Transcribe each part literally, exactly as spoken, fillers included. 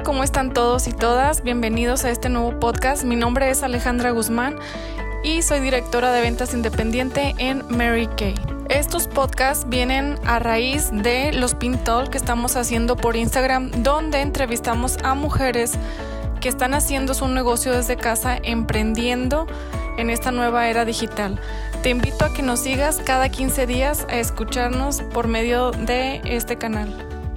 ¿cómo están todos y todas? Bienvenidos a este nuevo podcast. Mi nombre es Alejandra Guzmán y soy directora de ventas independiente en Mary Kay. Estos podcasts vienen a raíz de los Pin Talk que estamos haciendo por Instagram, donde entrevistamos a mujeres que están haciendo su negocio desde casa, emprendiendo en esta nueva era digital. Te invito a que nos sigas cada quince días a escucharnos por medio de este canal.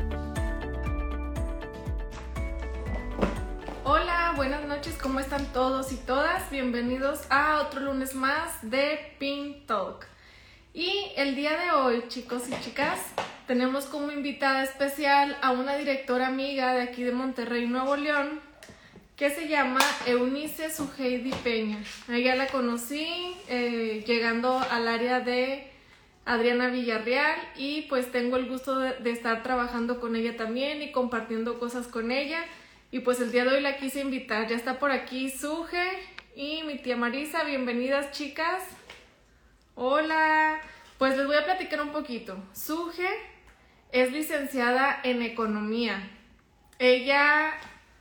Hola, buenas noches, ¿cómo están todos y todas? Bienvenidos a otro lunes más de Pin Talk. Y el día de hoy, chicos y chicas, tenemos como invitada especial a una directora amiga de aquí de Monterrey, Nuevo León, que se llama Eunice Suheidi Peña. A ella la conocí eh, llegando al área de Adriana Villarreal y pues tengo el gusto de, de estar trabajando con ella también y compartiendo cosas con ella. Y pues el día de hoy la quise invitar. Ya está por aquí Suge y mi tía Marisa. Bienvenidas, chicas. Hola. Pues les voy a platicar un poquito. Suge es licenciada en economía. Ella...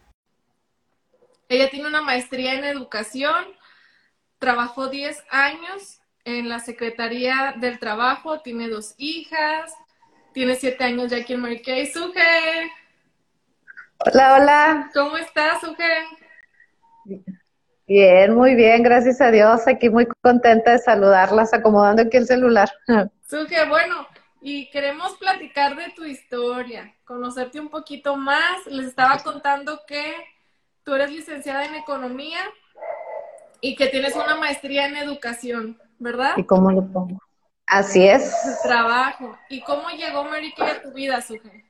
Ella tiene una maestría en educación, trabajó diez años en la Secretaría del Trabajo, tiene dos hijas, tiene siete años ya aquí en Mary Kay. ¡Suge! Hola, hola. ¿Cómo estás, Suge? Bien, muy bien, gracias a Dios. Aquí muy contenta de saludarlas, acomodando aquí el celular. Suge, bueno, y queremos platicar de tu historia, conocerte un poquito más. Les estaba contando que tú eres licenciada en economía y que tienes una maestría en educación, ¿verdad? ¿Y cómo lo pongo? Así es. Trabajo. ¿Y cómo llegó Mary Kay a tu vida, Suge?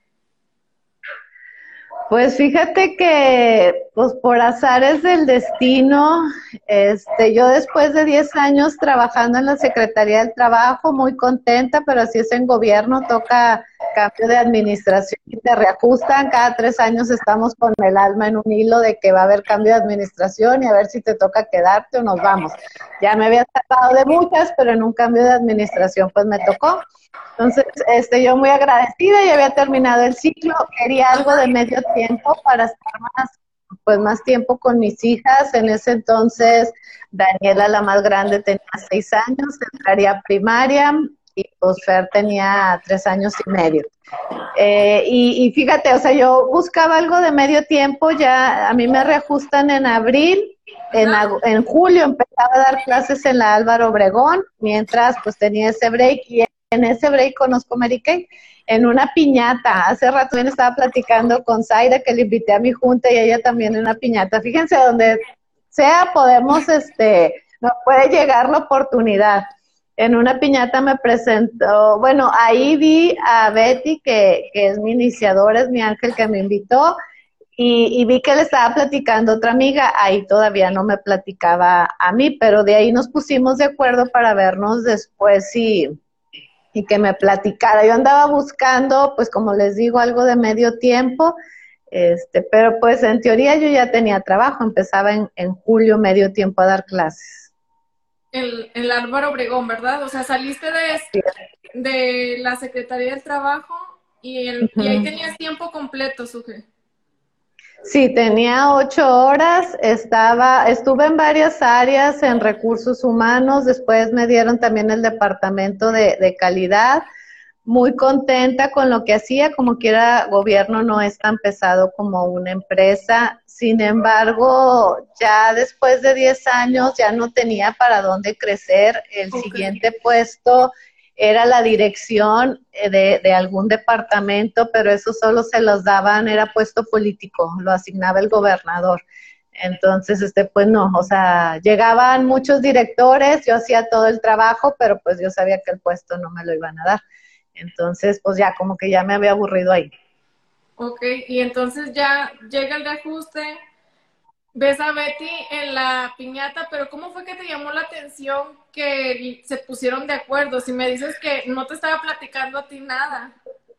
Pues fíjate que, pues por azares del destino, este, yo después de diez años trabajando en la Secretaría del Trabajo, muy contenta, pero así es en gobierno, toca cambio de administración y te reajustan, cada tres años estamos con el alma en un hilo de que va a haber cambio de administración y a ver si te toca quedarte o nos vamos. Ya me había tratado de muchas, pero en un cambio de administración pues me tocó. Entonces, este, yo muy agradecida, ya había terminado el ciclo, quería algo de medio tiempo para estar más, pues más tiempo con mis hijas. En ese entonces, Daniela, la más grande, tenía seis años, entraría a primaria, y pues Fer tenía tres años y medio. Eh, y, y fíjate, o sea, yo buscaba algo de medio tiempo, ya a mí me reajustan en abril, en, en julio empezaba a dar clases en la Álvaro Obregón, mientras pues tenía ese break, y en ese break conozco a Mary Kay en una piñata. Hace rato bien estaba platicando con Zaira, que le invité a mi junta, y ella también en una piñata. Fíjense, donde sea podemos, este, nos puede llegar la oportunidad. En una piñata me presentó, bueno, ahí vi a Betty, que, que es mi iniciadora, es mi ángel que me invitó, y, y vi que le estaba platicando otra amiga. Ahí todavía no me platicaba a mí, pero de ahí nos pusimos de acuerdo para vernos después y... y que me platicara. Yo andaba buscando, pues como les digo, algo de medio tiempo, este, pero pues en teoría yo ya tenía trabajo, empezaba en, en julio medio tiempo a dar clases. El, el Álvaro Obregón, ¿verdad? O sea, saliste de, de la Secretaría del Trabajo y, el, uh-huh. y ahí tenías tiempo completo, Suge. Sí, tenía ocho horas, estaba, estuve en varias áreas en recursos humanos, después me dieron también el departamento de, de calidad, muy contenta con lo que hacía, como quiera, gobierno no es tan pesado como una empresa. Sin embargo, ya después de diez años ya no tenía para dónde crecer. El okay. siguiente puesto era la dirección de, de algún departamento, pero eso solo se los daban, era puesto político, lo asignaba el gobernador. Entonces, este, pues no, o sea, llegaban muchos directores, yo hacía todo el trabajo, pero pues yo sabía que el puesto no me lo iban a dar. Entonces, pues ya, como que ya me había aburrido ahí. Ok, y entonces ya llega el reajuste, ves a Betty en la piñata, pero ¿cómo fue que te llamó la atención que se pusieron de acuerdo? Si me dices que no te estaba platicando a ti nada.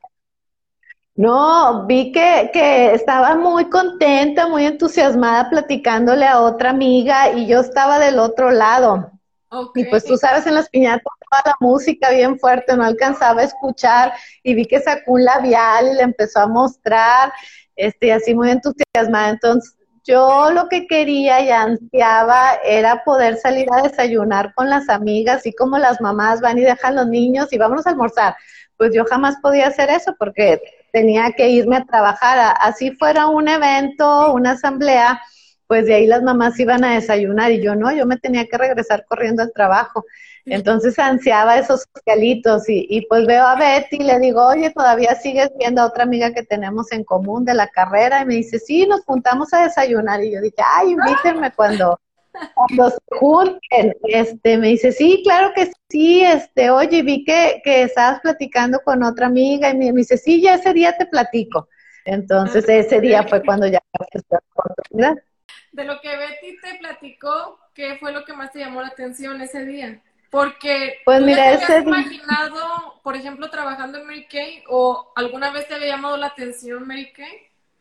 No, vi que, que estaba muy contenta, muy entusiasmada platicándole a otra amiga y yo estaba del otro lado. Okay. Y pues tú sabes, en las piñatas toda la música bien fuerte, no alcanzaba a escuchar y vi que sacó un labial y le empezó a mostrar. este, y así muy entusiasmada. Entonces, yo lo que quería y ansiaba era poder salir a desayunar con las amigas, así como las mamás van y dejan los niños y vámonos a almorzar. Pues yo jamás podía hacer eso porque tenía que irme a trabajar. Así fuera un evento, una asamblea, pues de ahí las mamás iban a desayunar y yo no, yo me tenía que regresar corriendo al trabajo. Entonces ansiaba esos socialitos y, y pues veo a Betty y le digo, oye, ¿todavía sigues viendo a otra amiga que tenemos en común de la carrera? Y me dice, sí, nos juntamos a desayunar. Y yo dije, ay, invítenme cuando, cuando se junten. Este, me dice, sí, claro que sí, este, oye, vi que, que estabas platicando con otra amiga y me, me dice, sí, ya ese día te platico. Entonces ese día fue cuando ya me ofreció la oportunidad. De lo que Betty te platicó, ¿qué fue lo que más te llamó la atención ese día? Porque pues ¿tú mira, ya te ese habías día... imaginado, por ejemplo, trabajando en Mary Kay o alguna vez te había llamado la atención Mary Kay?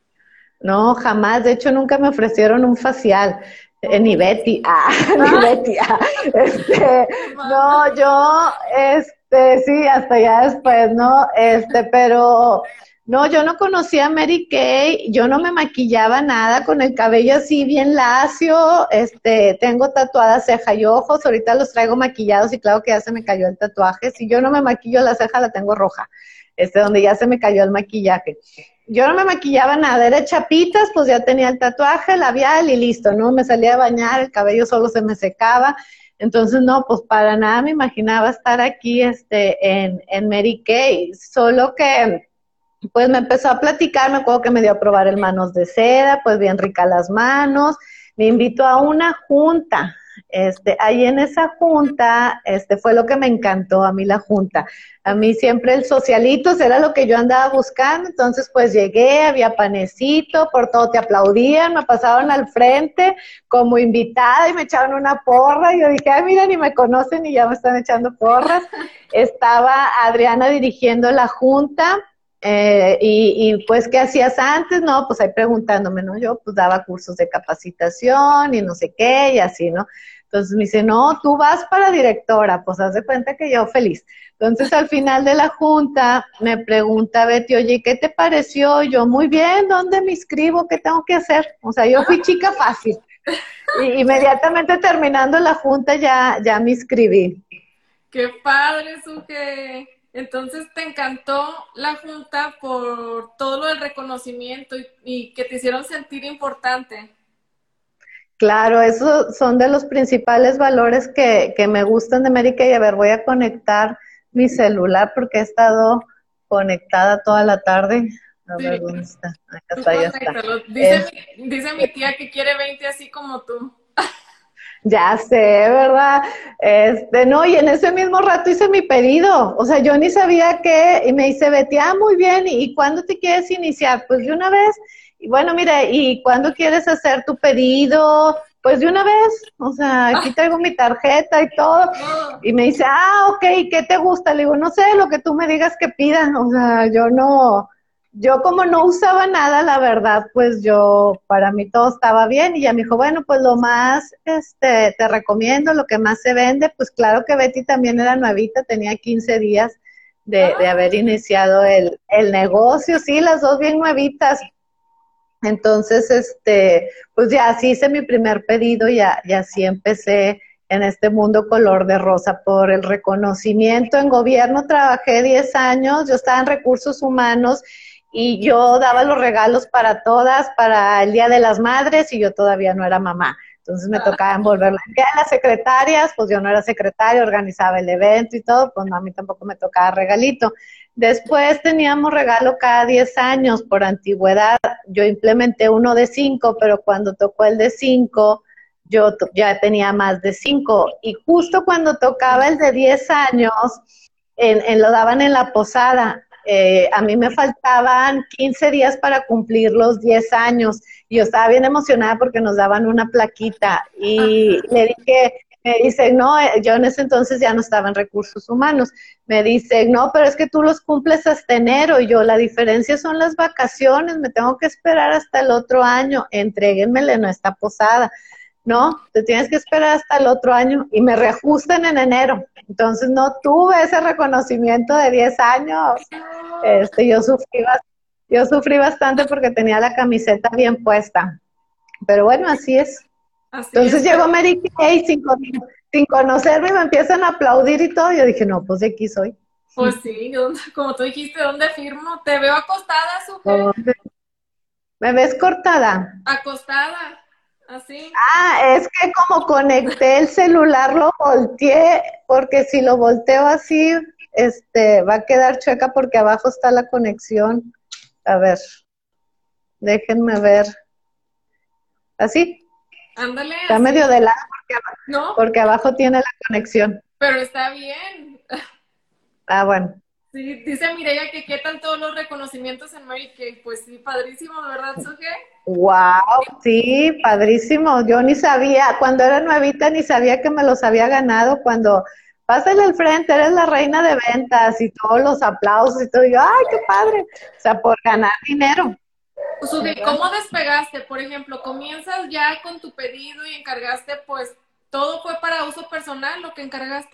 No, jamás. De hecho, nunca me ofrecieron un facial. Eh, ni Betty. Ah, ni Betty. Ah, este, no, yo, este, sí, hasta ya después, ¿no? Este, pero... No, yo no conocía a Mary Kay, yo no me maquillaba nada, con el cabello así bien lacio, este, tengo tatuada ceja y ojos, ahorita los traigo maquillados y claro que ya se me cayó el tatuaje, si yo no me maquillo la ceja la tengo roja, este, donde ya se me cayó el maquillaje. Yo no me maquillaba nada, era chapitas, pues ya tenía el tatuaje, labial y listo, ¿no? Me salía a bañar, el cabello solo se me secaba, entonces no, pues para nada me imaginaba estar aquí, este, en, en Mary Kay, solo que... Pues me empezó a platicar, me acuerdo que me dio a probar el manos de seda, pues bien rica las manos, me invitó a una junta, este, ahí en esa junta, este, fue lo que me encantó a mí la junta, a mí siempre el socialitos era lo que yo andaba buscando, entonces pues llegué, había panecito, por todo te aplaudían, me pasaron al frente como invitada y me echaron una porra, y yo dije, ay mira, ni me conocen y ya me están echando porras, estaba Adriana dirigiendo la junta. Eh, y, y pues, ¿qué hacías antes? No, pues ahí preguntándome, ¿no? Yo pues daba cursos de capacitación y no sé qué y así, ¿no? Entonces me dice, no, tú vas para directora, pues haz de cuenta que yo feliz. Entonces al final de la junta me pregunta Betty, oye, ¿qué te pareció? Y yo, muy bien, ¿dónde me inscribo? ¿Qué tengo que hacer? O sea, yo fui chica fácil. Y inmediatamente terminando la junta ya, ya me inscribí. ¡Qué padre, Suge! Entonces, ¿te encantó la junta por todo lo del reconocimiento y, y que te hicieron sentir importante? Claro, esos son de los principales valores que, que me gustan de Mary Kay. A ver, voy a conectar mi celular porque he estado conectada toda la tarde. A Sí. ver, ¿dónde está? Acá está, ya está. Dice, Es, mi, dice mi tía que quiere veinte así como tú. Ya sé, ¿verdad? Este, no, y en ese mismo rato hice mi pedido, o sea, yo ni sabía qué, y me dice Betty, ah, muy bien, ¿y, y cuándo te quieres iniciar? Pues de una vez, y bueno, mira, ¿y cuándo quieres hacer tu pedido? Pues de una vez, o sea, aquí traigo mi tarjeta y todo, y me dice, ah, ok, ¿qué te gusta? Le digo, no sé, lo que tú me digas que pidan, o sea, yo no... Yo como no usaba nada, la verdad, pues yo, para mí todo estaba bien, y ella me dijo, bueno, pues lo más, este, te recomiendo, lo que más se vende, pues claro que Betty también era nuevita, tenía quince días de, de haber iniciado el, el negocio, sí, las dos bien nuevitas. Entonces, este, pues ya así hice mi primer pedido, ya, y así empecé en este mundo color de rosa por el reconocimiento. En gobierno trabajé diez años, yo estaba en recursos humanos, y yo daba los regalos para todas, para el Día de las Madres, y yo todavía no era mamá. Entonces me tocaba envolver la Día de las secretarias, pues yo no era secretaria, organizaba el evento y todo, pues no, a mí tampoco me tocaba regalito. Después teníamos regalo cada diez años por antigüedad. Yo implementé uno de cinco, pero cuando tocó el de cinco, yo ya tenía más de cinco. Y justo cuando tocaba el de diez años, en, en, lo daban en la posada. Eh, a mí me faltaban quince días para cumplir los diez años y yo estaba bien emocionada porque nos daban una plaquita y le dije, me dice, no, yo en ese entonces ya no estaba en recursos humanos, me dice, no, pero es que tú los cumples hasta enero, y yo, la diferencia son las vacaciones, me tengo que esperar hasta el otro año, entréguenmele nuestra posada. No, te tienes que esperar hasta el otro año y me reajustan en enero. Entonces no tuve ese reconocimiento de diez años. Este, yo sufrí bastante. yo sufrí bastante porque tenía la camiseta bien puesta. Pero bueno, así es. Así Entonces es, llegó pero- Mary Kay sin, con- sin conocerme y me empiezan a aplaudir y todo. Yo dije, no, pues de aquí soy. Pues sí, ¿dónde- como tú dijiste, ¿dónde firmo? Te veo acostada, Suje, Oh, ¿me ves cortada? acostada, así. Ah, es que como conecté el celular, lo volteé, porque si lo volteo así, este, va a quedar chueca porque abajo está la conexión. A ver, déjenme ver. Así, Ándale, está medio así. de lado porque, aba- No, porque abajo tiene la conexión. pero está bien. Ah, bueno. Sí, dice Mireya que qué tal todos los reconocimientos en Mary Kay. Pues sí, padrísimo, de verdad, Suje. Wow, sí, padrísimo. Yo ni sabía, cuando era nuevita ni sabía que me los había ganado. Cuando pásale al frente, eres la reina de ventas y todos los aplausos y todo. Y yo, ay, qué padre. O sea, por ganar dinero. Pues, Suje, ¿Verdad? ¿cómo despegaste? Por ejemplo, comienzas ya con tu pedido y encargaste, pues, ¿todo fue para uso personal lo que encargaste?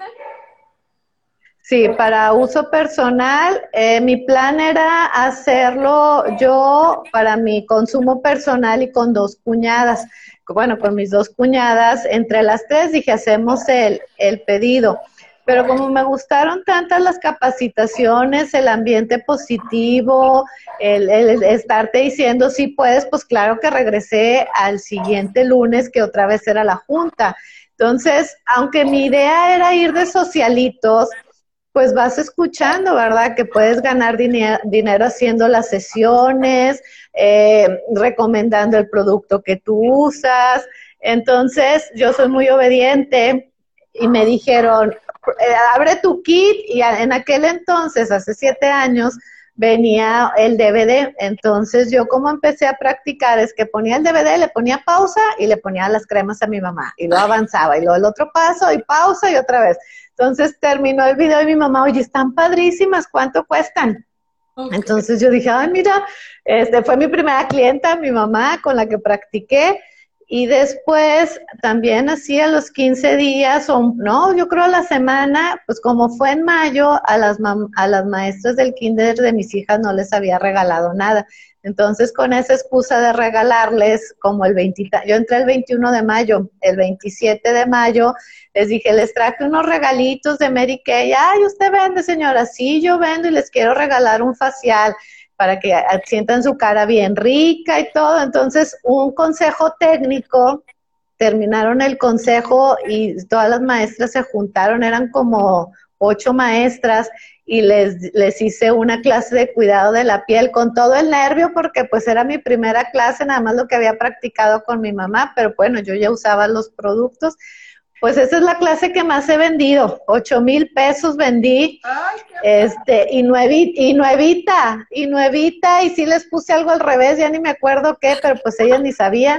Sí, para uso personal, eh, mi plan era hacerlo yo para mi consumo personal y con dos cuñadas. Bueno, con mis dos cuñadas, entre las tres dije, hacemos el, el pedido. Pero como me gustaron tantas las capacitaciones, el ambiente positivo, el, el estarte diciendo sí puedes, pues claro que regresé al siguiente lunes que otra vez era la junta. Entonces, aunque mi idea era ir de socialitos, pues vas escuchando, ¿verdad? Que puedes ganar dine- dinero haciendo las sesiones, eh, recomendando el producto que tú usas. Entonces, yo soy muy obediente y me dijeron, eh, abre tu kit y a- en aquel entonces, hace siete años, venía el D V D. Entonces, yo como empecé a practicar es que ponía el D V D, le ponía pausa y le ponía las cremas a mi mamá y luego avanzaba y luego el otro paso y pausa y otra vez. Entonces terminó el video y mi mamá, oye, están padrísimas, ¿cuánto cuestan? Ok. Entonces yo dije, ay, mira, este fue mi primera clienta, mi mamá, con la que practiqué. Y después también así a los quince días, o no, yo creo a la semana, pues como fue en mayo, a las, mam- a las maestras del kinder de mis hijas no les había regalado nada. Entonces con esa excusa de regalarles, como el veinte, yo entré el veintiuno de mayo, el veintisiete de mayo, les dije, les traje unos regalitos de Mary Kay. Ay, ¿usted vende, señora? Sí, yo vendo y les quiero regalar un facial para que sientan su cara bien rica y todo. Entonces, un consejo técnico, terminaron el consejo y todas las maestras se juntaron, eran como ocho maestras y les, les hice una clase de cuidado de la piel con todo el nervio porque pues era mi primera clase, nada más lo que había practicado con mi mamá, pero bueno, yo ya usaba los productos. Pues esa es la clase que más he vendido, ocho mil pesos vendí, Ay, qué este, y, nuevi, y nuevita, y nuevita, y sí les puse algo al revés, ya ni me acuerdo qué, pero pues ellas ni sabían.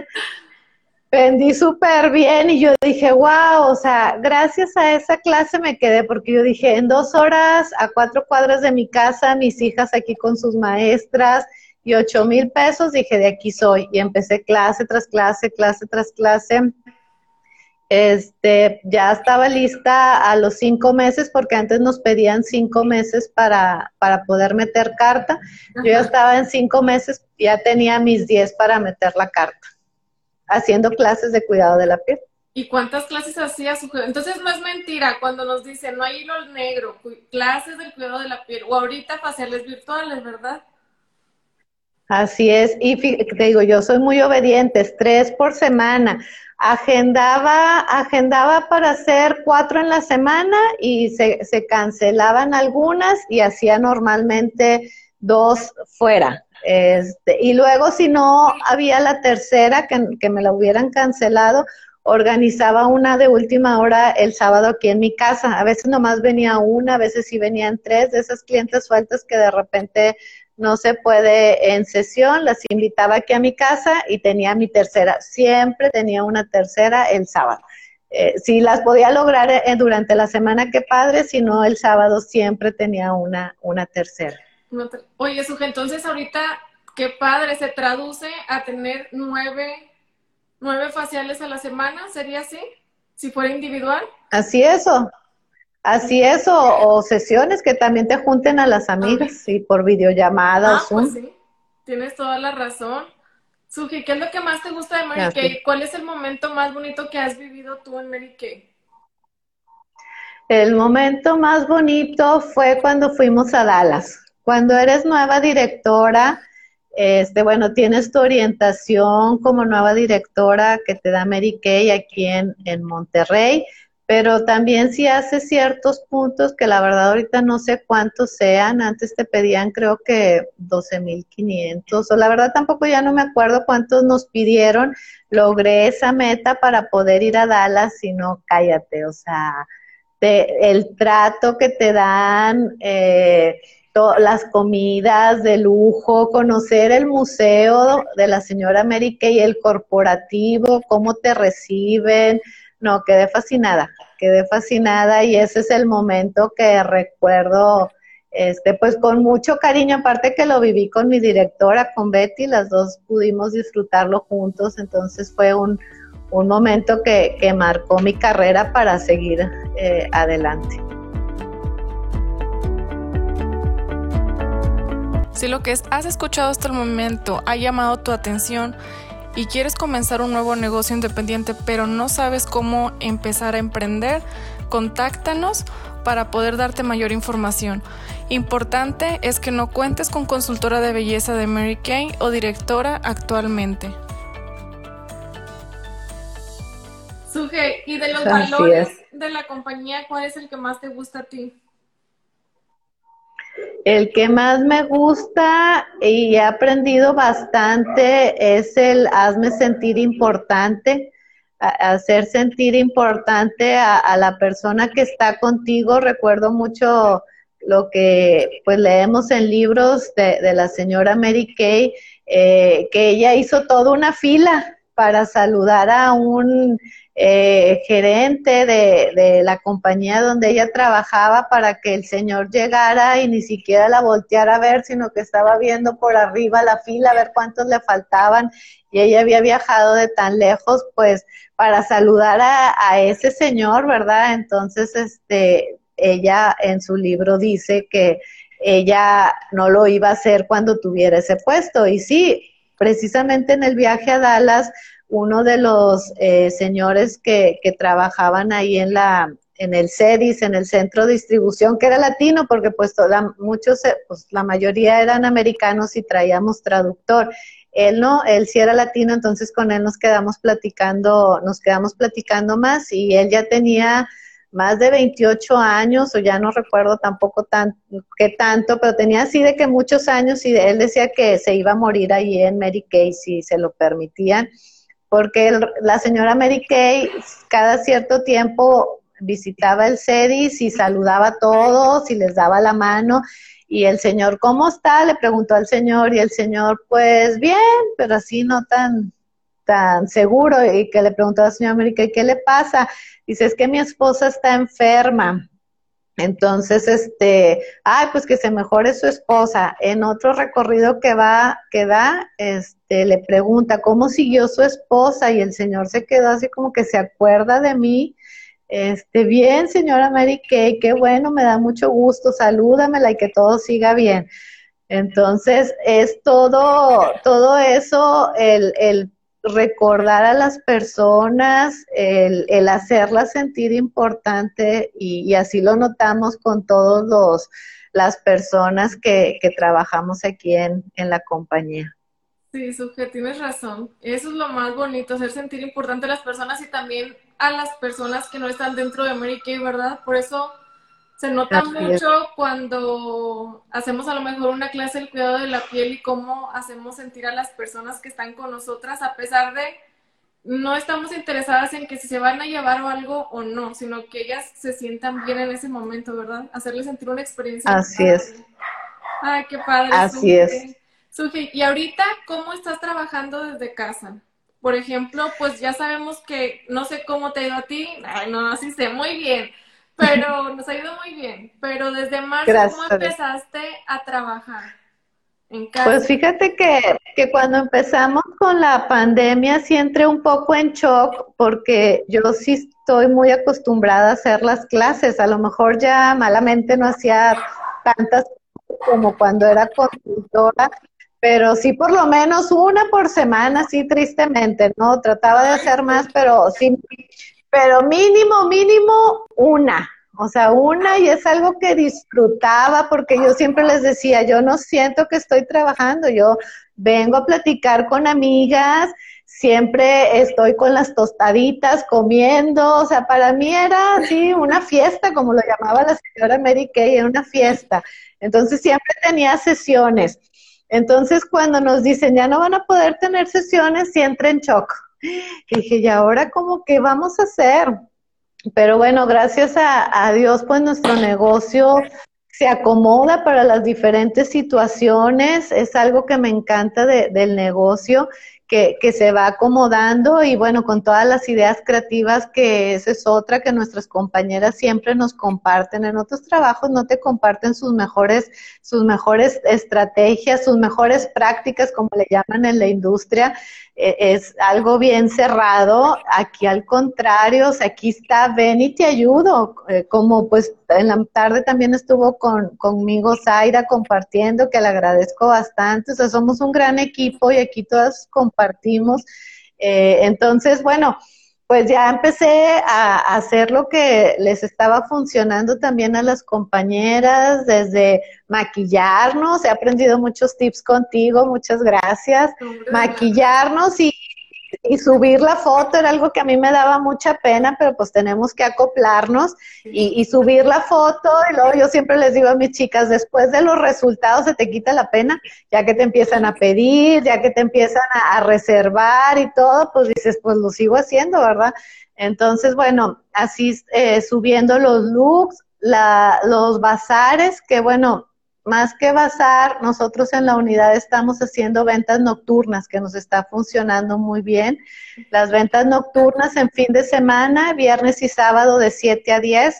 Vendí súper bien y yo dije, wow, o sea, gracias a esa clase me quedé, porque yo dije, en dos horas a cuatro cuadras de mi casa, mis hijas aquí con sus maestras y ocho mil pesos, dije, de aquí soy. Y empecé clase tras clase, clase tras clase. Este, ya estaba lista a los cinco meses, porque antes nos pedían cinco meses para, para poder meter carta. Yo ya Ajá. estaba en cinco meses, ya tenía mis diez para meter la carta, haciendo clases de cuidado de la piel. ¿Y cuántas clases hacía su Entonces no es mentira cuando nos dicen no hay hilo negro, cu- clases del cuidado de la piel, o ahorita faciales virtuales, ¿verdad? Así es, y fí- te digo, yo soy muy obediente, es tres por semana. Agendaba, agendaba para hacer cuatro en la semana y se, se cancelaban algunas y hacía normalmente dos fuera. Este, y luego si no había la tercera que, que me la hubieran cancelado, organizaba una de última hora el sábado aquí en mi casa. A veces nomás venía una, a veces sí venían tres de esas clientes sueltas que de repente no se puede en sesión, las invitaba aquí a mi casa y tenía mi tercera, siempre tenía una tercera el sábado. Eh, si las podía lograr eh, durante la semana, qué padre, si no el sábado siempre tenía una, una tercera. No te- Oye, Suge, entonces ahorita, qué padre, se traduce a tener nueve, nueve faciales a la semana, ¿sería así? Si fuera individual. Así es, o, así es, o, o sesiones que también te junten a las A mí. amigas y por videollamada o Ah, pues Zoom. sí. tienes toda la razón. Suji, ¿qué es lo que más te gusta de Mary Así. Kay? ¿Cuál es el momento más bonito que has vivido tú en Mary Kay? El momento más bonito fue cuando fuimos a Dallas. Cuando eres nueva directora, este, bueno, tienes tu orientación como nueva directora que te da Mary Kay aquí en, en Monterrey, pero también si haces ciertos puntos que la verdad ahorita no sé cuántos sean, antes te pedían creo que doce mil quinientos, o la verdad tampoco ya no me acuerdo cuántos nos pidieron, logré esa meta para poder ir a Dallas y no, cállate, o sea, de, el trato que te dan, eh, to, las comidas de lujo, conocer el museo de la señora Mary Kay, el corporativo, cómo te reciben, no, quedé fascinada, quedé fascinada y ese es el momento que recuerdo, este, pues con mucho cariño, aparte que lo viví con mi directora, con Betty, las dos pudimos disfrutarlo juntos, entonces fue un un momento que, que marcó mi carrera para seguir eh, adelante. Si lo que has escuchado hasta el momento ha llamado tu atención y quieres comenzar un nuevo negocio independiente, pero no sabes cómo empezar a emprender, contáctanos para poder darte mayor información. Importante es que no cuentes con consultora de belleza de Mary Kay o directora actualmente. Suje, y de los Así valores es. de la compañía, ¿cuál es el que más te gusta a ti? El que más me gusta y he aprendido bastante es el hazme sentir importante, a, hacer sentir importante a, a la persona que está contigo. Recuerdo mucho lo que pues leemos en libros de, de la señora Mary Kay, eh, que ella hizo toda una fila para saludar a un eh, gerente de, de la compañía donde ella trabajaba para que el señor llegara y ni siquiera la volteara a ver, sino que estaba viendo por arriba la fila a ver cuántos le faltaban y ella había viajado de tan lejos pues para saludar a, a ese señor, ¿verdad? Entonces este ella en su libro dice que ella no lo iba a hacer cuando tuviera ese puesto y sí, precisamente en el viaje a Dallas, uno de los eh, señores que, que trabajaban ahí en la en el CEDIS, en el centro de distribución, que era latino, porque pues toda, muchos, pues la mayoría eran americanos y traíamos traductor. Él no, él sí era latino, entonces con él nos quedamos platicando, nos quedamos platicando más y él ya tenía más de veintiocho años, o ya no recuerdo tampoco tan, qué tanto, pero tenía así de que muchos años y él decía que se iba a morir allí en Mary Kay si se lo permitían, porque el, la señora Mary Kay cada cierto tiempo visitaba el CEDIS y saludaba a todos y les daba la mano, y el señor, ¿cómo está?, le preguntó al señor, y el señor, pues bien, pero así no tan tan seguro, y que le preguntó a la señora Mary Kay, ¿qué le pasa? Dice, es que mi esposa está enferma. Entonces, este, ay, pues que se mejore su esposa. En otro recorrido que va, que da, este, le pregunta, ¿cómo siguió su esposa? Y el señor se quedó así como que se acuerda de mí. Este, bien, señora Mary Kay, qué bueno, me da mucho gusto, salúdamela y que todo siga bien. Entonces, es todo, todo eso, el, el recordar a las personas, el, el hacerlas sentir importante, y, y así lo notamos con todos los las personas que, que trabajamos aquí en, en la compañía. Sí, Suje, tienes razón. Eso es lo más bonito, hacer sentir importante a las personas y también a las personas que no están dentro de Mary Kay, ¿verdad? Por eso se nota Así es. mucho cuando hacemos a lo mejor una clase del cuidado de la piel y cómo hacemos sentir a las personas que están con nosotras, a pesar de no estamos interesadas en que si se van a llevar o algo o no, sino que ellas se sientan bien en ese momento, ¿verdad? Hacerles sentir una experiencia. Así es. Ay, qué padre. Así Suje. es. Suje, y ahorita, ¿cómo estás trabajando desde casa? Por ejemplo, pues ya sabemos que, no sé cómo te ha ido a ti, ay, no, sí sé, muy bien, pero nos ha ido muy bien. Pero desde marzo, Gracias. ¿cómo empezaste a trabajar en casa? Pues fíjate que, que cuando empezamos con la pandemia sí entré un poco en shock, porque yo sí estoy muy acostumbrada a hacer las clases. A lo mejor ya malamente no hacía tantas como cuando era consultora, pero sí por lo menos una por semana, sí, tristemente, ¿no? Trataba de hacer más, pero sí, pero mínimo, mínimo una. O sea, una, y es algo que disfrutaba porque yo siempre les decía, yo no siento que estoy trabajando, yo vengo a platicar con amigas, siempre estoy con las tostaditas comiendo, o sea, para mí era así una fiesta, como lo llamaba la señora Mary Kay, era una fiesta. Entonces siempre tenía sesiones. Entonces cuando nos dicen ya no van a poder tener sesiones, sí entré en shock. Y dije, ¿y ahora cómo qué vamos a hacer? Pero bueno, gracias a, a Dios, pues nuestro negocio se acomoda para las diferentes situaciones. Es algo que me encanta de, del negocio, que, que se va acomodando y bueno, con todas las ideas creativas, que esa es otra que nuestras compañeras siempre nos comparten. En otros trabajos no te comparten sus mejores, sus mejores estrategias, sus mejores prácticas, como le llaman en la industria. Es algo bien cerrado. Aquí al contrario, o sea, aquí está, ven y te ayudo, eh, como pues en la tarde también estuvo con, conmigo Zaira compartiendo, que le agradezco bastante. O sea, somos un gran equipo y aquí todas compartimos. Eh, entonces, bueno, pues ya empecé a, a hacer lo que les estaba funcionando también a las compañeras, desde maquillarnos. He aprendido muchos tips contigo, muchas gracias. Maquillarnos y, y subir la foto era algo que a mí me daba mucha pena, pero pues tenemos que acoplarnos y, y subir la foto. Y luego yo siempre les digo a mis chicas, después de los resultados se te quita la pena, ya que te empiezan a pedir, ya que te empiezan a, a reservar y todo, pues dices, pues lo sigo haciendo, ¿verdad? Entonces, bueno, así eh, subiendo los looks, la, los bazares, que bueno, más que bazar, nosotros en la unidad estamos haciendo ventas nocturnas, que nos está funcionando muy bien. Las ventas nocturnas en fin de semana, viernes y sábado de siete a diez,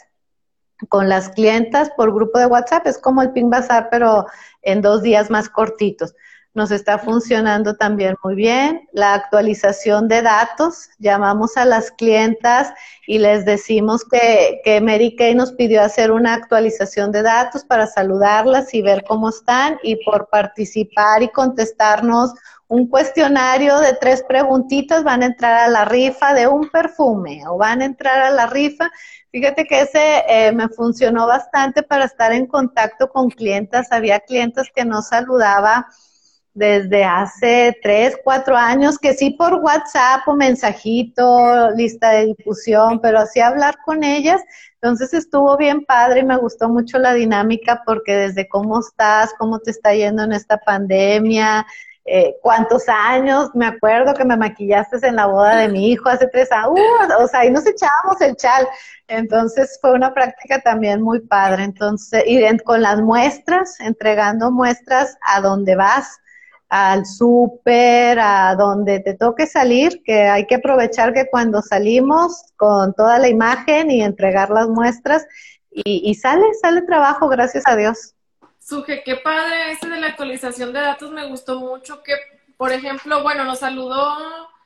con las clientas por grupo de WhatsApp. Es como el Pink Bazar, pero en dos días más cortitos. Nos está funcionando también muy bien. La actualización de datos, llamamos a las clientas y les decimos que, que Mary Kay nos pidió hacer una actualización de datos para saludarlas y ver cómo están, y por participar y contestarnos un cuestionario de tres preguntitas van a entrar a la rifa de un perfume, o van a entrar a la rifa. Fíjate que ese eh, me funcionó bastante para estar en contacto con clientas. Había clientas que no saludaba desde hace tres, cuatro años, que sí por WhatsApp o mensajito, lista de difusión, pero así hablar con ellas. Entonces estuvo bien padre y me gustó mucho la dinámica, porque desde cómo estás, cómo te está yendo en esta pandemia, eh, cuántos años, me acuerdo que me maquillaste en la boda de mi hijo hace tres años, uh, o sea, ahí nos echábamos el chal. Entonces fue una práctica también muy padre. Entonces, y en, con las muestras, entregando muestras a donde vas, al súper, a donde te toque salir, que hay que aprovechar que cuando salimos con toda la imagen y entregar las muestras, y, y sale, sale trabajo, gracias a Dios. Suje, qué padre ese de la actualización de datos, me gustó mucho. Que, por ejemplo, bueno, nos saludó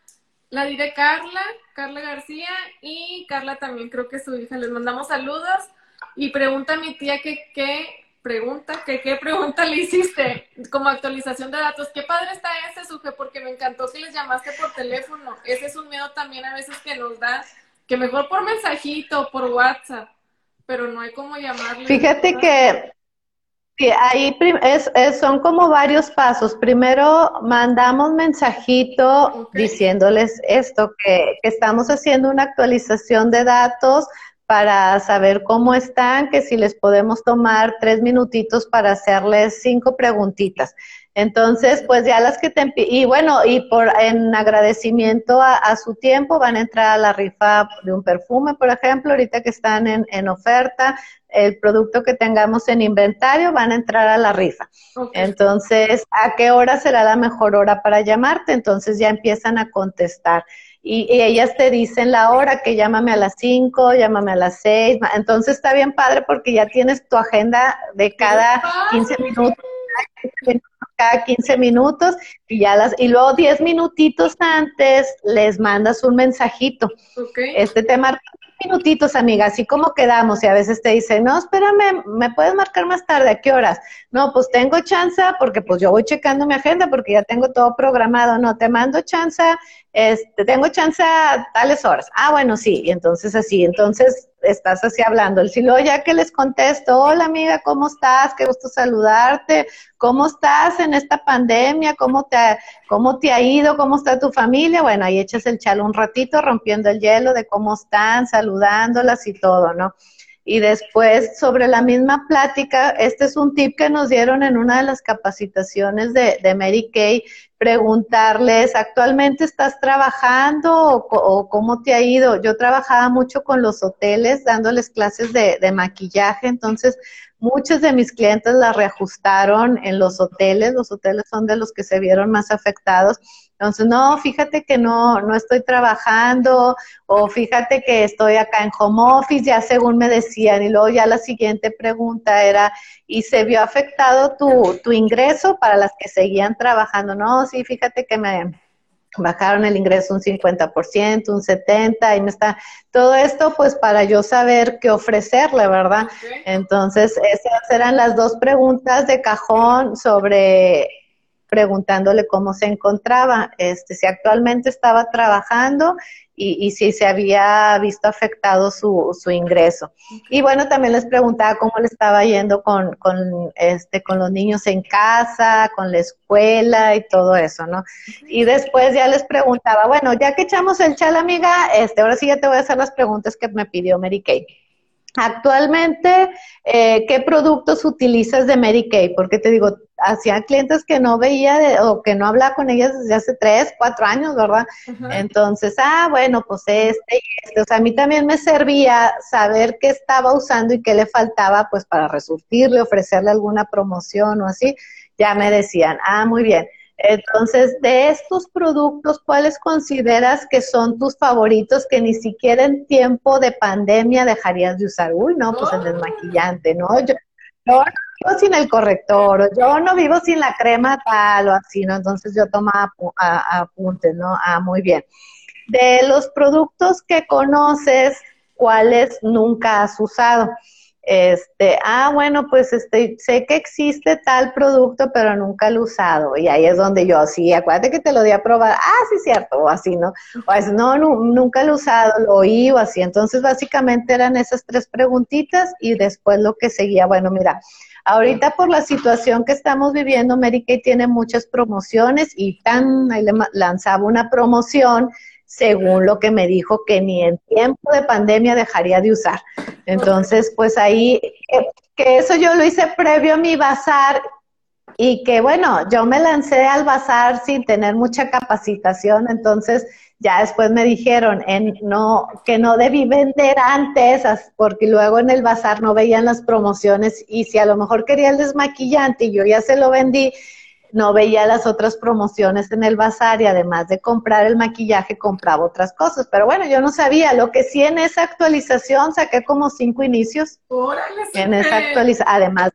la dire Carla, Carla García, y Carla también, creo que su hija. Les mandamos saludos, y pregunta a mi tía que qué pregunta, que qué pregunta le hiciste como actualización de datos. Qué padre está ese, Suje, porque me encantó que les llamaste por teléfono. Ese es un miedo también a veces que nos da, que mejor por mensajito, por WhatsApp, pero no hay cómo llamarle. Fíjate que Sí, ahí es, es, son como varios pasos. Primero mandamos mensajito okay. diciéndoles esto, que, que estamos haciendo una actualización de datos para saber cómo están, que si les podemos tomar tres minutitos para hacerles cinco preguntitas. Entonces, pues ya las que te... Y bueno, y por en agradecimiento a, a su tiempo van a entrar a la rifa de un perfume, por ejemplo, ahorita que están en, en oferta, el producto que tengamos en inventario van a entrar a la rifa. Okay. Entonces, ¿a qué hora será la mejor hora para llamarte? Entonces ya empiezan a contestar. Y, y ellas te dicen la hora, que llámame a las cinco, llámame a las seis. Entonces está bien padre porque ya tienes tu agenda de cada quince minutos, cada quince minutos, y ya las, y luego diez minutitos antes les mandas un mensajito. Okay. Este te marca minutitos, amiga, así como quedamos, y a veces te dicen, no, espérame, ¿me puedes marcar más tarde? ¿A qué horas? No, pues tengo chance, porque pues yo voy checando mi agenda, porque ya tengo todo programado, no, te mando chance, este, tengo chance a tales horas. Ah, bueno, sí, y entonces así, entonces estás así hablando. Si luego ya que les contesto, hola amiga, ¿cómo estás? Qué gusto saludarte, ¿cómo estás en esta pandemia? ¿Cómo te ha, cómo te ha ido? ¿Cómo está tu familia? Bueno, ahí echas el chalo un ratito, rompiendo el hielo de cómo están, saludándolas y todo, ¿no? Y después, sobre la misma plática, este es un tip que nos dieron en una de las capacitaciones de, de Mary Kay, preguntarles, ¿actualmente estás trabajando o, o cómo te ha ido? Yo trabajaba mucho con los hoteles, dándoles clases de, de maquillaje, entonces muchos de mis clientes las reajustaron en los hoteles, los hoteles son de los que se vieron más afectados. Entonces, no, fíjate que no, no estoy trabajando, o fíjate que estoy acá en home office, ya según me decían, y luego ya la siguiente pregunta era, ¿y se vio afectado tu, tu ingreso para las que seguían trabajando? No, sí, fíjate que me bajaron el ingreso un cincuenta por ciento, un setenta por ciento, y me está, todo esto pues para yo saber qué ofrecerle, ¿verdad? Okay. Entonces, esas eran las dos preguntas de cajón sobre preguntándole cómo se encontraba, este, si actualmente estaba trabajando y, y si se había visto afectado su, su ingreso. Okay. Y bueno, también les preguntaba cómo le estaba yendo con, con, este, con los niños en casa, con la escuela y todo eso, ¿no? Okay. Y después ya les preguntaba, bueno, ya que echamos el chal, amiga, este, ahora sí ya te voy a hacer las preguntas que me pidió Mary Kay. Actualmente, eh, ¿qué productos utilizas de Mary Kay? Porque te digo, hacía clientes que no veía de, o que no hablaba con ellas desde hace tres, cuatro años, ¿verdad? Uh-huh. Entonces, ah, bueno, pues este y este. O sea, a mí también me servía saber qué estaba usando y qué le faltaba, pues para resurtirle, ofrecerle alguna promoción o así. Ya me decían, ah, muy bien. Entonces, de estos productos, ¿cuáles consideras que son tus favoritos que ni siquiera en tiempo de pandemia dejarías de usar? Uy, no, pues el desmaquillante, ¿no? Yo, yo no vivo sin el corrector, o yo no vivo sin la crema tal o así, ¿no? Entonces yo tomaba apuntes, ¿no? Ah, muy bien. De los productos que conoces, ¿cuáles nunca has usado? Este, ah, bueno, pues este, sé que existe tal producto, pero nunca lo he usado. Y ahí es donde yo, sí, acuérdate que te lo di a probar. Ah, sí, cierto, o así, ¿no? O es, no, no, nunca lo he usado, lo oí o así. Entonces, básicamente eran esas tres preguntitas y después lo que seguía, bueno, mira, ahorita por la situación que estamos viviendo, Mary Kay tiene muchas promociones y tan, ahí le lanzaba una promoción según lo que me dijo que ni en tiempo de pandemia dejaría de usar. Entonces, pues ahí, que, que eso yo lo hice previo a mi bazar y que bueno, yo me lancé al bazar sin tener mucha capacitación, entonces ya después me dijeron en, no, que no debí vender antes, porque luego en el bazar no veían las promociones y si a lo mejor quería el desmaquillante y yo ya se lo vendí, no veía las otras promociones en el bazar y además de comprar el maquillaje, compraba otras cosas. Pero bueno, yo no sabía. Lo que sí en esa actualización saqué como cinco inicios. ¡Órale! En esa actualización. Además,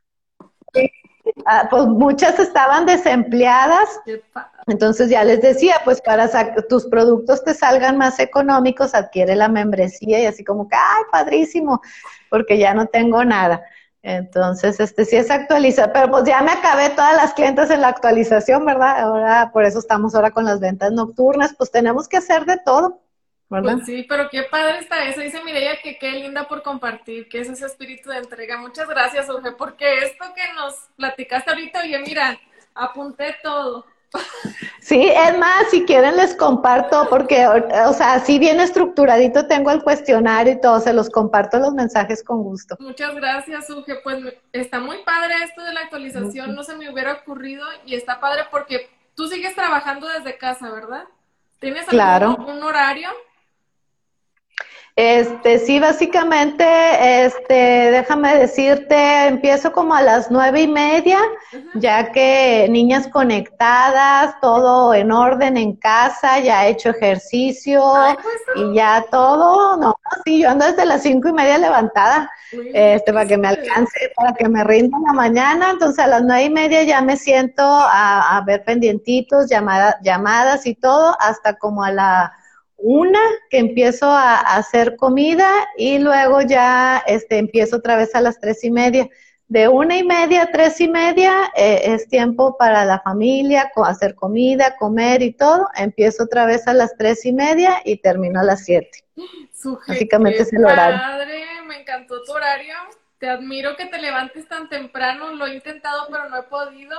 pues muchas estaban desempleadas. Entonces ya les decía, pues para que tus productos te salgan más económicos, adquiere la membresía y así como que, ¡ay, padrísimo! Porque ya no tengo nada. Entonces, este sí es actualizar, pero pues ya me acabé todas las clientes en la actualización, ¿verdad? Ahora, por eso estamos ahora con las ventas nocturnas, pues tenemos que hacer de todo, ¿verdad? Pues sí, pero qué padre está eso. Dice Mireya que qué linda por compartir, que es ese espíritu de entrega. Muchas gracias, Uge, porque esto que nos platicaste ahorita, oye, mira, apunté todo. Sí, es más, si quieren les comparto, porque, o sea, así bien estructuradito tengo el cuestionario y todo, se los comparto los mensajes con gusto. Muchas gracias, Uge, pues está muy padre esto de la actualización, no se me hubiera ocurrido y está padre porque tú sigues trabajando desde casa, ¿verdad? ¿Tienes claro. algún, un horario? Este, sí, básicamente, este, déjame decirte, empiezo como a las nueve y media, uh-huh. ya que niñas conectadas, todo en orden en casa, ya he hecho ejercicio. Ay, pues, y ya todo, no, sí, yo ando desde las cinco y media levantada, Uy, este, para que me alcance, para que me rinda la mañana, entonces a las nueve y media ya me siento a, a ver pendientitos, llamadas, llamadas y todo, hasta como a la una que empiezo a, a hacer comida y luego ya este, empiezo otra vez a las tres y media. De una y media a tres y media eh, es tiempo para la familia, hacer comida, comer y todo. Empiezo otra vez a las tres y media y termino a las siete. Suje, Básicamente es el qué horario. padre, me encantó tu horario. Te admiro que te levantes tan temprano. Lo he intentado, pero no he podido.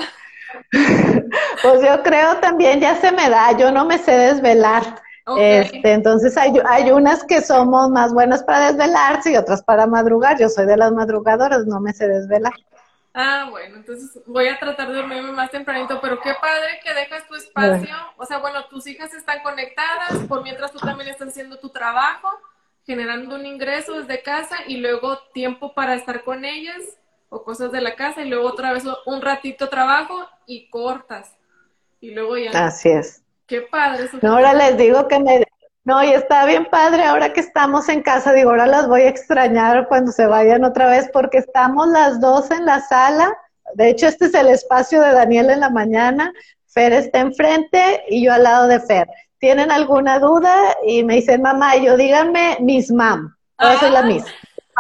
Pues yo creo también ya se me da, yo no me sé desvelar. Okay. Este, entonces hay, hay unas que somos más buenas para desvelarse y otras para madrugar. Yo soy de las madrugadoras, no me sé desvelar. Ah, bueno, entonces voy a tratar de dormirme más tempranito, pero qué padre que dejas tu espacio. Bueno. O sea, bueno, tus hijas están conectadas, por mientras tú también estás haciendo tu trabajo, generando un ingreso desde casa y luego tiempo para estar con ellas o cosas de la casa y luego otra vez un ratito trabajo y cortas. Y luego ya. Así es. Qué padre. Eso no, ahora les digo que me... No, y está bien padre, ahora que estamos en casa, digo, ahora las voy a extrañar cuando se vayan otra vez, porque estamos las dos en la sala. De hecho, este es el espacio de Daniel en la mañana. Fer está enfrente y yo al lado de Fer. ¿Tienen alguna duda? Y me dicen, mamá, y yo díganme Miss Mam. Yo soy la Miss.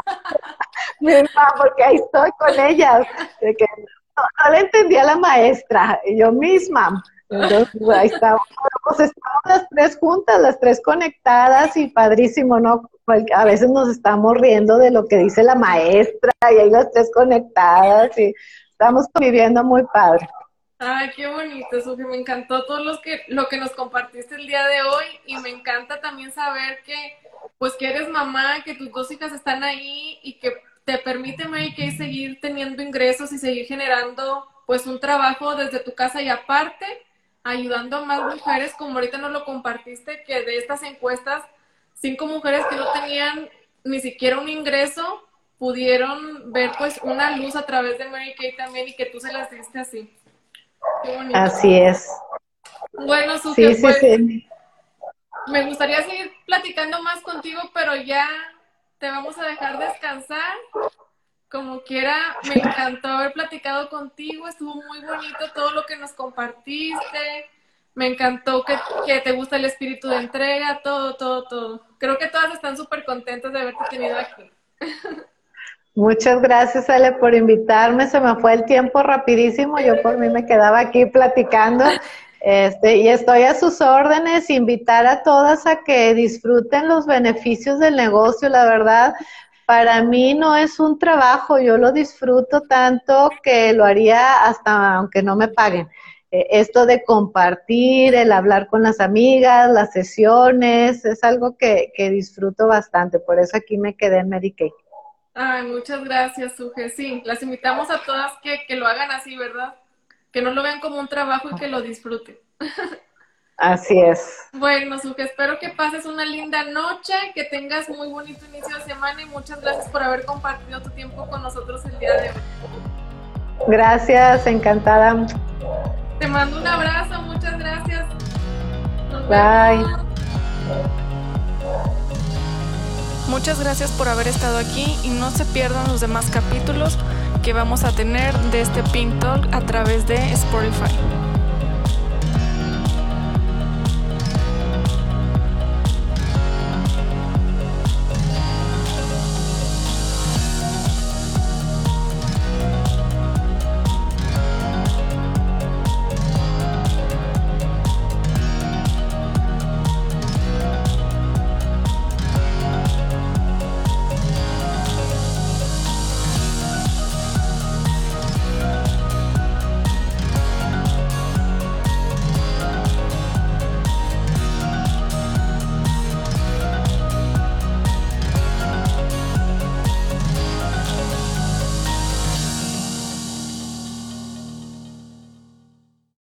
Miss Mam, porque ahí estoy con ellas. De que no, no le entendía a la maestra. Y yo, Miss Mam. Entonces, ahí estamos, pues estamos las tres juntas, las tres conectadas y padrísimo, ¿no? A veces nos estamos riendo de lo que dice la maestra y ahí las tres conectadas y estamos conviviendo muy padre. Ay, qué bonito, Suje, me encantó todo los que, lo que nos compartiste el día de hoy y me encanta también saber que, pues que eres mamá, que tus dos hijas están ahí y que te permite, Mary Kay, seguir teniendo ingresos y seguir generando, pues, un trabajo desde tu casa y aparte ayudando a más mujeres, como ahorita nos lo compartiste, que de estas encuestas, cinco mujeres que no tenían ni siquiera un ingreso, pudieron ver pues una luz a través de Mary Kay también y que tú se las diste así. Qué bonito. Así es. Bueno, Suje, sí, pues sí, sí. me gustaría seguir platicando más contigo, pero ya te vamos a dejar descansar. Como quiera, me encantó haber platicado contigo, estuvo muy bonito todo lo que nos compartiste, me encantó que, que te gusta el espíritu de entrega, todo, todo, todo. Creo que todas están súper contentas de haberte tenido aquí. Muchas gracias, Ale, por invitarme, se me fue el tiempo rapidísimo, yo por mí me quedaba aquí platicando. Este, y estoy a sus órdenes, invitar a todas a que disfruten los beneficios del negocio, la verdad. Para mí no es un trabajo, yo lo disfruto tanto que lo haría hasta aunque no me paguen. Eh, esto de compartir, el hablar con las amigas, las sesiones, es algo que, que disfruto bastante, por eso aquí me quedé en Mary Kay. Ay, muchas gracias, Suje. Sí, las invitamos a todas que, que lo hagan así, ¿verdad? Que no lo vean como un trabajo y que lo disfruten. Así es. Bueno, Suje, espero que pases una linda noche, que tengas muy bonito inicio de semana y muchas gracias por haber compartido tu tiempo con nosotros el día de hoy. Gracias, encantada. Te mando un abrazo, muchas gracias. Nos Bye. vemos. Muchas gracias por haber estado aquí y no se pierdan los demás capítulos que vamos a tener de este Pink Talk a través de Spotify.